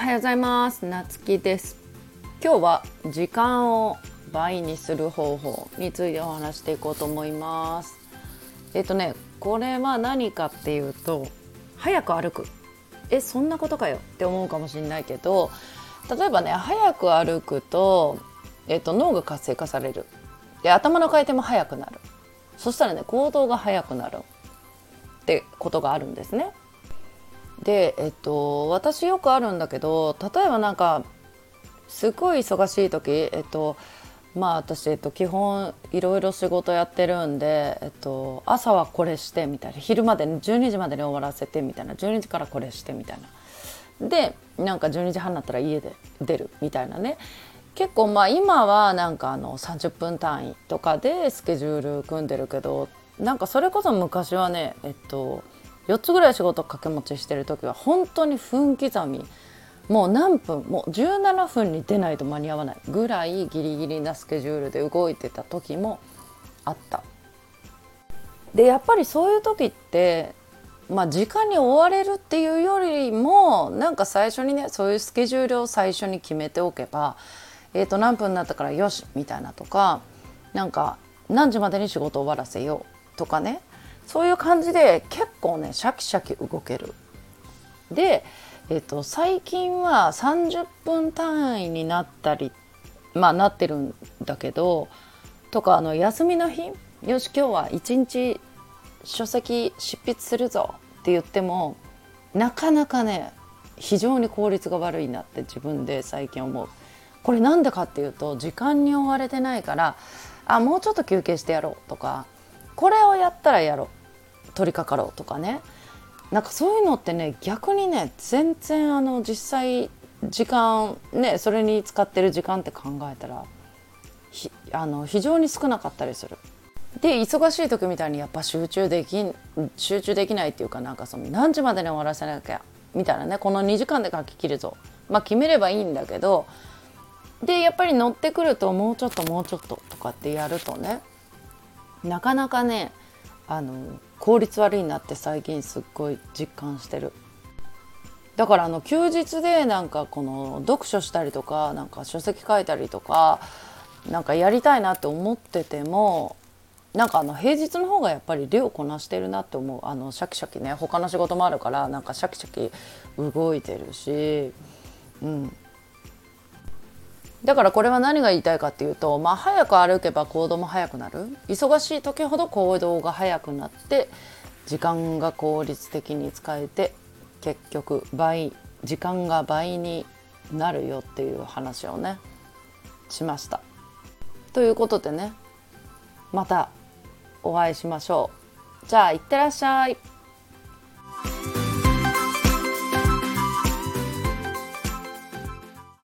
はようございます。なつきです。今日は時間を倍にする方法についてお話していこうと思います。これは何かっていうと、早く歩く。そんなことかよって思うかもしれないけど、例えばね、早く歩くと、脳が活性化される。で、頭の回転も速くなる。そしたらね、行動が速くなるってことがあるんですね。で、私よくあるんだけど、例えばなんかすごい忙しい時、私、基本いろいろ仕事やってるんで、朝はこれしてみたいな、昼までに12時までに終わらせてみたいな、12時からこれしてみたいな、でなんか12時半になったら家で出るみたいなね。結構今はなんか30分単位とかでスケジュール組んでるけど、なんかそれこそ昔はね、4つぐらい仕事掛け持ちしてる時は本当に分刻み、もう何分、もう17分に出ないと間に合わないぐらいギリギリなスケジュールで動いてた時もあった。でやっぱりそういう時って、時間に追われるっていうよりも、なんか最初にね、そういうスケジュールを最初に決めておけば、何分になったからよしみたいなとか、なんか何時までに仕事終わらせようとかね、そういう感じで結構ねシャキシャキ動ける。で、最近は30分単位になったり、なってるんだけど、とか休みの日、よし今日は一日書籍執筆するぞって言っても、なかなかね非常に効率が悪いなって自分で最近思う。これなんでかっていうと、時間に追われてないから、もうちょっと休憩してやろうとか、これをやったらやろう、取り掛かろうとかね。なんかそういうのってね、逆にね全然実際時間ね、それに使ってる時間って考えたら非常に少なかったりする。で忙しい時みたいにやっぱ集中できないっていうか、なんかその何時までに終わらせなきゃみたいなね、この2時間で書き切るぞ、決めればいいんだけど、でやっぱり乗ってくるともうちょっととかってやるとね、なかなかね効率悪いなって最近すっごい実感してる。だから休日でなんかこの読書したりとか、なんか書籍書いたりとか、なんかやりたいなって思ってても、なんか平日の方がやっぱり量こなしてるなって思う。シャキシャキね、他の仕事もあるから、なんかシャキシャキ動いてるし、だからこれは何が言いたいかっていうと、早く歩けば行動も早くなる。忙しい時ほど行動が早くなって、時間が効率的に使えて、結局時間が倍になるよっていう話をねしました。ということでね、またお会いしましょう。じゃあいってらっしゃい。